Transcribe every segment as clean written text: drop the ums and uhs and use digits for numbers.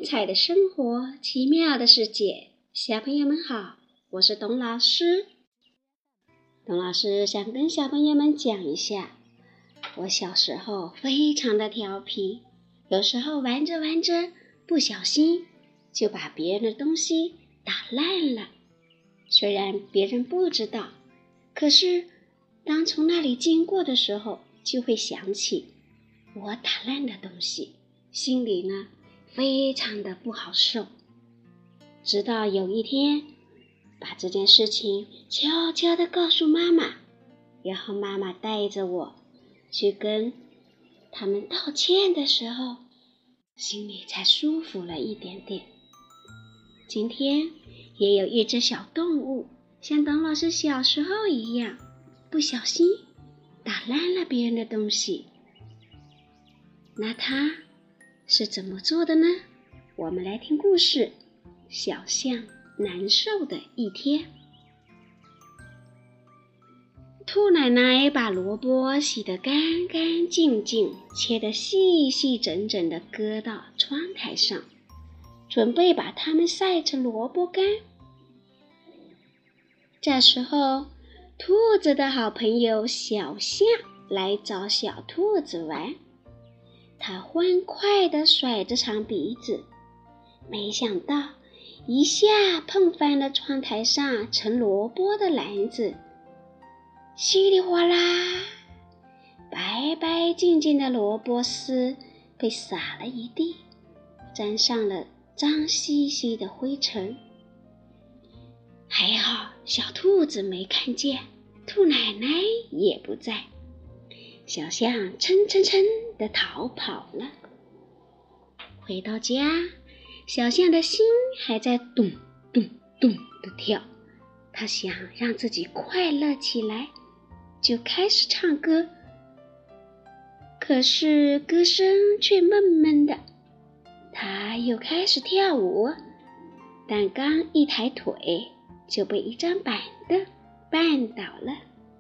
彩的生活，奇妙的世界。小朋友们好，我是董老师。董老师想跟小朋友们讲一下，我小时候非常的调皮，有时候玩着玩着，不小心就把别人的东西打烂了。虽然别人不知道，可是当从那里经过的时候，就会想起我打烂的东西，心里呢非常的不好受。直到有一天，把这件事情悄悄地告诉妈妈，然后妈妈带着我去跟他们道歉的时候，心里才舒服了一点点。今天也有一只小动物，像董老师小时候一样，不小心打烂了别人的东西。那它是怎么做的呢？我们来听故事，小象难受的一天。兔奶奶把萝卜洗得干干净净，切得细细整整地搁到窗台上，准备把它们晒成萝卜干。这时候，兔子的好朋友小象来找小兔子玩，它欢快地甩着长鼻子，没想到一下碰翻了窗台上盛萝卜的篮子，稀里哗啦，白白净净的萝卜丝被撒了一地，沾上了脏兮兮的灰尘。还好小兔子没看见，兔奶奶也不在，小象蹭蹭蹭地逃跑了。回到家，小象的心还在咚咚咚地跳，它想让自己快乐起来，就开始唱歌。可是歌声却闷闷的，它又开始跳舞，但刚一抬腿就被一张板凳绊倒了。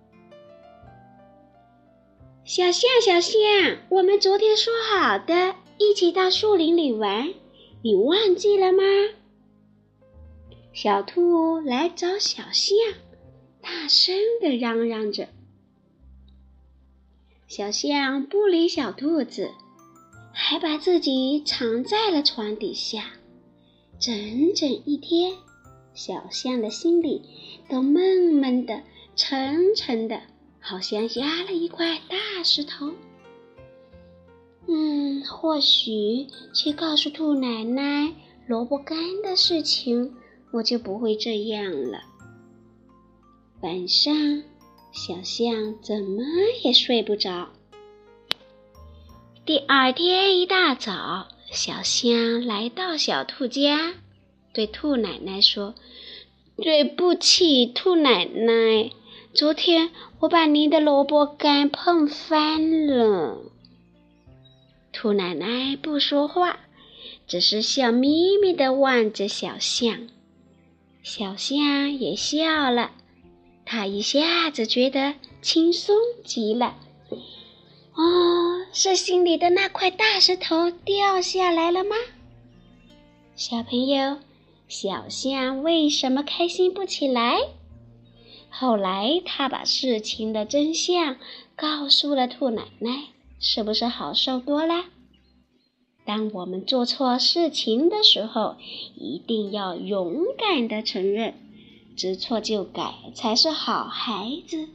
小象，小象，我们昨天说好的一起到树林里玩，你忘记了吗？小兔来找小象，大声地嚷嚷着。小象不理小兔子，还把自己藏在了床底下。整整一天，小象的心里都闷闷的、沉沉的，好像压了一块大石头。或许去告诉兔奶奶萝卜干的事情，我就不会这样了。晚上，小象怎么也睡不着。第二天一大早，小象来到小兔家，对兔奶奶说：“对不起，兔奶奶，昨天我把您的萝卜干碰翻了。”兔奶奶不说话，只是笑眯眯地望着小象。小象也笑了，它一下子觉得轻松极了。是心里的那块大石头掉下来了吗？小朋友，小象为什么开心不起来？后来他把事情的真相告诉了兔奶奶，是不是好受多了？当我们做错事情的时候，一定要勇敢地承认，知错就改才是好孩子。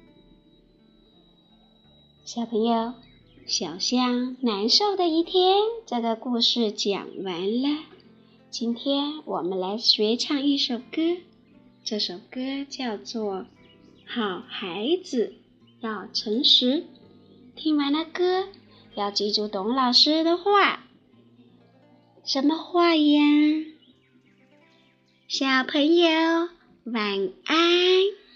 小朋友，小象难受的一天，这个故事讲完了。今天我们来学唱一首歌，这首歌叫做《好孩子要诚实》。听完了歌，要记住董老师的话。什么话呀？小朋友，晚安。